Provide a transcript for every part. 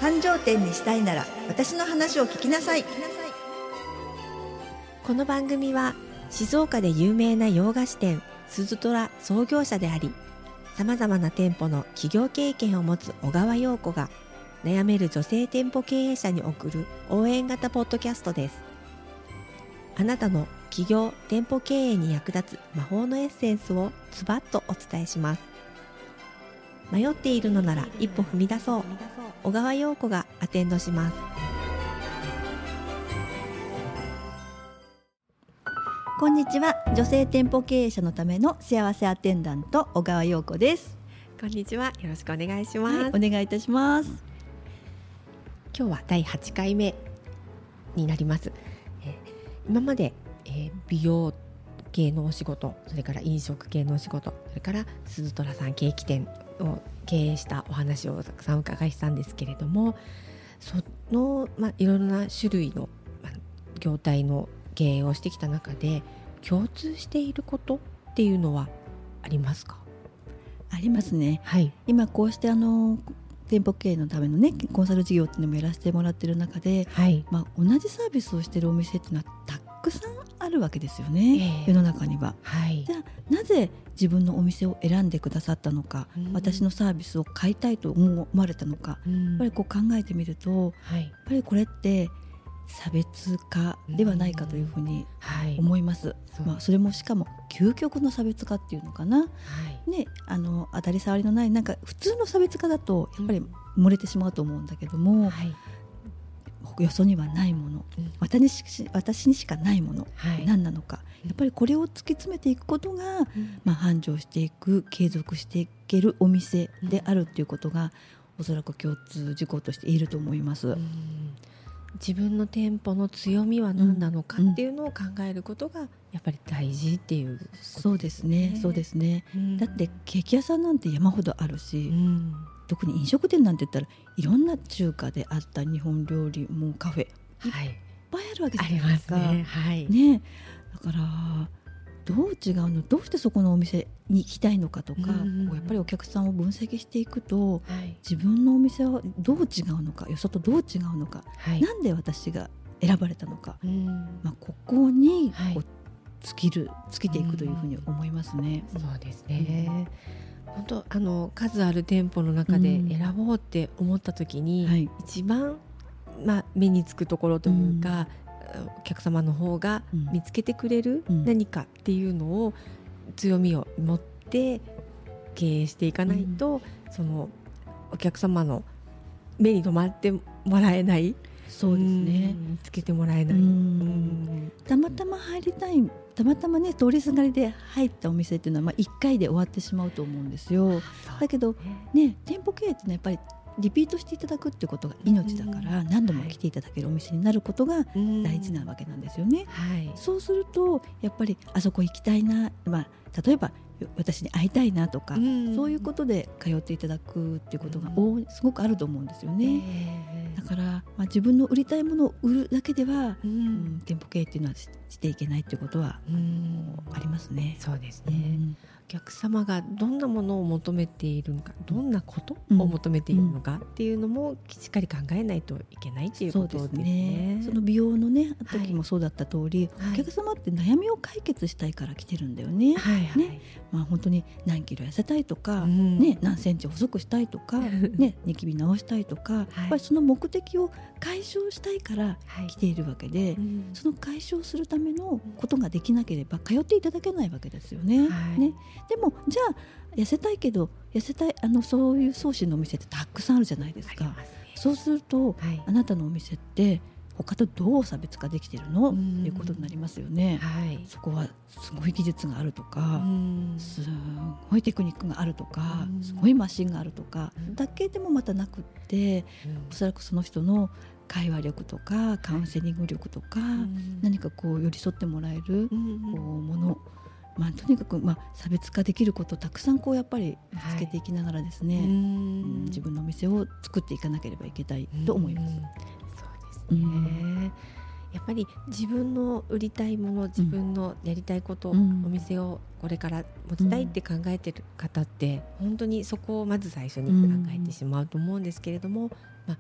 繁盛店にしたいなら私の話を聞きなさい。 この番組は静岡で有名な洋菓子店すずとら創業者であり、さまざまな店舗の企業経験を持つ小川陽子が悩める女性店舗経営者に送る応援型ポッドキャストです。あなたの企業店舗経営に役立つ魔法のエッセンスをズバッとお伝えします。迷っているのなら一歩踏み出そう。小川陽子がアテンドします。 こんにちは。女性店舗経営者のための幸せアテンダント小川陽子です。 こんにちは。よろしくお願いします。 はい、お願いいたします。 今日は第8回目になります。今まで、美容系のお仕事、それから飲食系のお仕事、それからすずとらさんケーキ店を経営したお話をたくさんお伺いしたんですけれども、その、いろいろな種類の、業態の経営をしてきた中で共通していることっていうのはありますか？ ありますね、はい、今こうして店舗経営のためのねコンサル事業っていうのもやらせてもらっている中で、はい、同じサービスをしているお店っていうのはたくさんあるわけですよね、世の中には、はい、じゃあなぜ自分のお店を選んでくださったのか、私のサービスを買いたいと思われたのか、やっぱりこう考えてみると、はい、やっぱりこれって差別化ではないかというふうに思います、それもしかも究極の差別化っていうのかな、はいね、当たり障りのないなんか普通の差別化だとやっぱり漏れてしまうと思うんだけども、はい、よそにはないもの、私にしかないもの、はい、何なのか、やっぱりこれを突き詰めていくことが、繁盛していく継続していけるお店であるっていうことが、おそらく共通事項として言えると思います。 自分の店舗の強みは何なのかっていうのを考えることがやっぱり大事っていうことですね。 そうですね、そうですね、だってケーキ屋さんなんて山ほどあるし、特に飲食店なんて言ったらいろんな中華であった日本料理もカフェ、はい、いっぱいあるわけじゃないですか。ありますね、はいね、だからどう違うの、どうしてそこのお店に行きたいのかとか、こうやっぱりお客さんを分析していくと、自分のお店はどう違うのか、よそとどう違うのか、なんで私が選ばれたのか、ここにこう尽きていくというふうに思いますね。 そうですね、本当数ある店舗の中で選ぼうって思った時に、一番、目につくところというか、お客様の方が見つけてくれる何かっていうのを強みを持って経営していかないと、そのお客様の目に留まってもらえない。 そうですね、 見つけてもらえない。 たまたま入りたい、たまたまね通りすがりで入ったお店っていうのは1回で終わってしまうと思うんですよ。だけどね、店舗経営ってのはやっぱりリピートしていただくってことが命だから、何度も来ていただけるお店になることが大事なわけなんですよね、はい、そうするとやっぱりあそこ行きたいな、例えば私に会いたいなとか、そういうことで通っていただくっていうことがすごくあると思うんですよね、だから、自分の売りたいものを売るだけでは、店舗経営っていうのはしていけないっていうことはありますね。 そうですね、お客様がどんなものを求めているのか、どんなことを求めているのかっていうのもしっかり考えないといけないっていうことですね。 その美容のね時もそうだった通り、お客様って悩みを解決したいから来てるんだよね。本当に何キロ痩せたいとか、何センチ細くしたいとか、ニキビ直したいとか、やっぱりその目的を解消したいから来ているわけで、その解消するためのことができなければ通っていただけないわけですよね。でもじゃあ痩せたいけどそういう送信のお店ってたくさんあるじゃないですか。そうすると、あなたのお店って他とどう差別化できてるの、ということになりますよね、そこはすごい技術があるとか、すごいテクニックがあるとか、すごいマシンがあるとかだけでもまたなくって、おそらくその人の会話力とかカウンセリング力とか、何かこう寄り添ってもらえるこうもの、とにかく差別化できることをたくさんこうやっぱり見つけていきながらですね、自分のお店を作っていかなければいけないと思います。 そうですね、やっぱり自分の売りたいもの、自分のやりたいこと、お店をこれから持ちたいって考えている方って、本当にそこをまず最初に考えてしまうと思うんですけれども、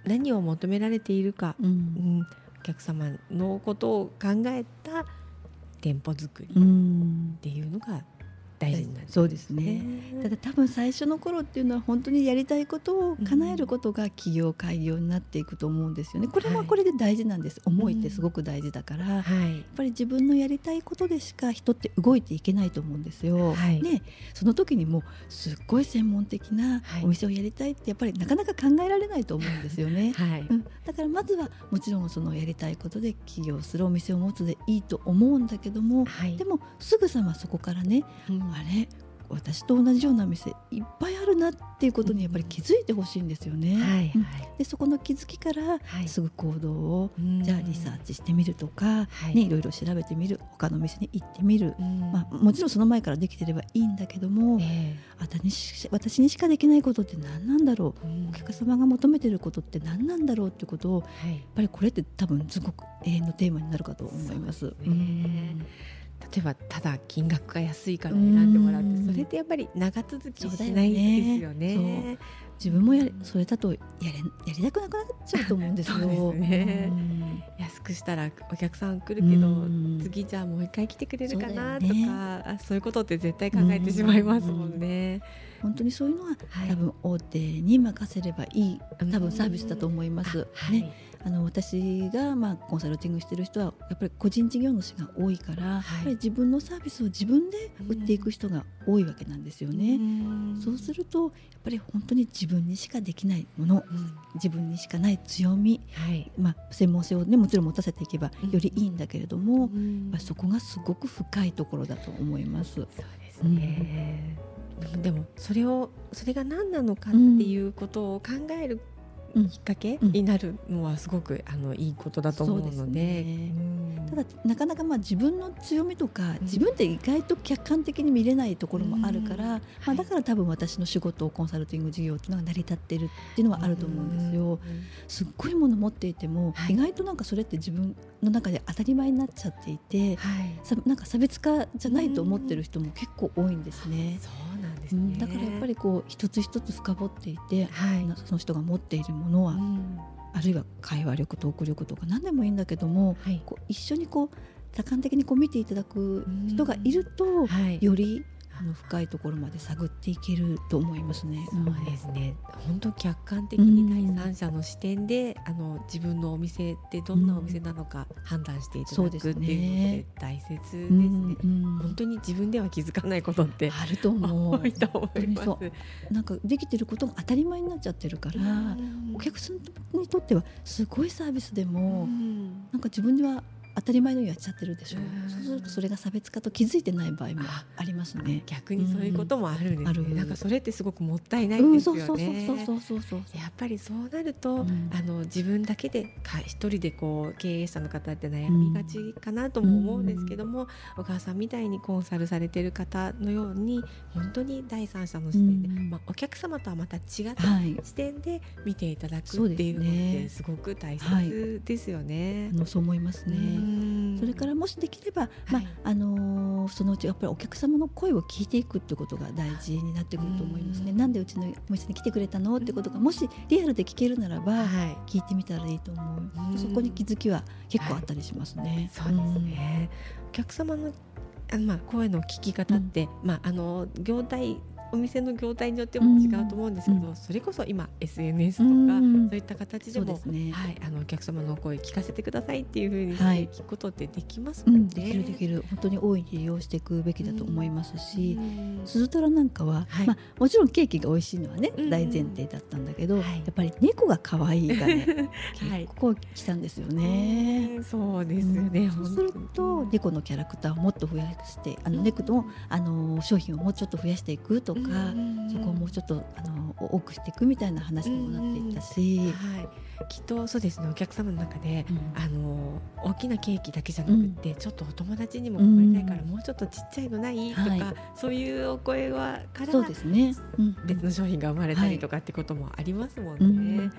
何を求められているか、お客様のことを考えた店舗作りっていうのが大事になる、 そうですね。ただ多分最初の頃っていうのは本当にやりたいことを叶えることが起業開業になっていくと思うんですよね。これはこれで大事なんです、思いってすごく大事だから、やっぱり自分のやりたいことでしか人って動いていけないと思うんですよ、ね、その時にもうすっごい専門的なお店をやりたいってやっぱりなかなか考えられないと思うんですよね、だからまずはもちろんそのやりたいことで起業するお店を持つでいいと思うんだけども、でもすぐさまそこからね、あれ私と同じような店いっぱいあるなっていうことにやっぱり気づいてほしいんですよね、でそこの気づきからすぐ行動を、じゃあリサーチしてみるとか、いろいろ調べてみる、他の店に行ってみる、もちろんその前からできてればいいんだけども、私にしかできないことって何なんだろう、お客様が求めてることって何なんだろうってことを、やっぱりこれって多分すごく永遠のテーマになるかと思います。 例えばただ金額が安いから選んでもらって、それってやっぱり長続きしないですよね。 自分もそれだとやりたくなくなっちゃうと思うんですよ。 そうですね、安くしたらお客さん来るけど、次じゃあもう一回来てくれるかなとか、そういうことって絶対考えてしまいますもんね。 本当にそういうのは、多分大手に任せればいい多分サービスだと思います、私がコンサルティングしてる人はやっぱり個人事業主が多いから、やっぱり自分のサービスを自分で売っていく人が多いわけなんですよね、そうするとやっぱり本当に自分にしかできないもの、自分にしかない強み、専門性を、もちろん持たせていけばよりいいんだけれども、そこがすごく深いところだと思います。 そうですね、でもそれが何なのかっていうことを考えるきっかけになるのはすごくいいことだと思うので、 ただなかなか自分の強みとか、自分って意外と客観的に見れないところもあるから、だから多分私の仕事をコンサルティング事業っていうのが成り立っているっていうのはあると思うんですよ。すっごいもの持っていても、意外とそれって自分の中で当たり前になっちゃっていて、なんか差別化じゃないと思ってる人も結構多いんですね。 そうなんですね。 だからやっぱり一つ一つ深掘っていて、その人が持っているものは、あるいは会話力、トーク力とか何でもいいんだけども、一緒に多感的に見ていただく人がいると、より深いところまで探っていけると思いますね。 そうですね、本当客観的に第三者の視点で、自分のお店ってどんなお店なのか判断していただくっていうのって大切ですね。本当に自分では気づかないことってあると思う。 多いと思います。 なんかできてることが当たり前になっちゃってるから、お客さんにとってはすごいサービスでも、なんか自分では当たり前のようにやっちゃってるでしょ。そうするとそれが差別化と気づいてない場合もありますね。 逆にそういうこともあるんですね。なんかそれってすごくもったいないですよね。やっぱりそうなると、自分だけで一人で経営者の方って悩みがちかなとも思うんですけども、小川さんみたいにコンサルされている方のように本当に第三者の視点で、お客様とはまた違った視点で見ていただくっていうのってすごく大切ですよね。 そう思いますね。それからもしできれば、そのうちやっぱりお客様の声を聞いていくってことが大事になってくると思いますね。なんでうちのお店に来てくれたのってことがもしリアルで聞けるならば、聞いてみたらいいと思う。そこに気づきは結構あったりしますね。 そうですね。お客様の声の聞き方って、業態お店の業態によっても違うと思うんですけど、それこそ今 SNS とか、そういった形でもお客様の声聞かせてくださいっていうふうに聞くことってできますもんね。 できる本当に大いに利用していくべきだと思いますし、スズトラなんかは、もちろんケーキが美味しいのはね、大前提だったんだけど、やっぱり猫が可愛いがね結構来たんですよね。 そうですよね。 そうすると猫のキャラクターをもっと増やして、猫の商品をもうちょっと増やしていくとか、そこをもうちょっと多くしていくみたいな話にもなっていったし、 きっとそうですね。お客様の中で、大きなケーキだけじゃなくて、ちょっとお友達にも配りたいから、もうちょっとちっちゃいのないとか、そういうお声はから別の商品が生まれたりとかってこともありますもんね。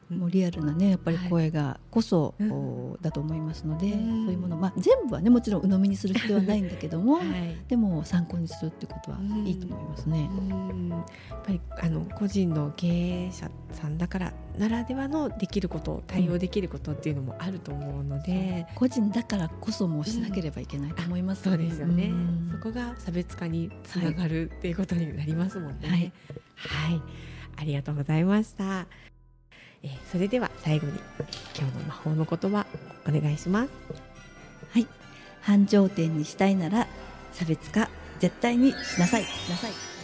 もうリアルなねやっぱり声がこそ、だと思いますので、そういうもの、全部はねもちろん鵜呑みにする必要はないんだけども、でも参考にするっていうことはいいと思いますね。 やっぱり個人の経営者さんだからならではのできること、対応できることっていうのもあると思うので、 個人だからこそもしなければいけないと思います、 そうですよね、そこが差別化につながるっていうことになりますもんね。はい、ありがとうございました。それでは最後に今日の魔法の言葉お願いします。 はい、繁盛店にしたいなら差別化絶対にしなさい。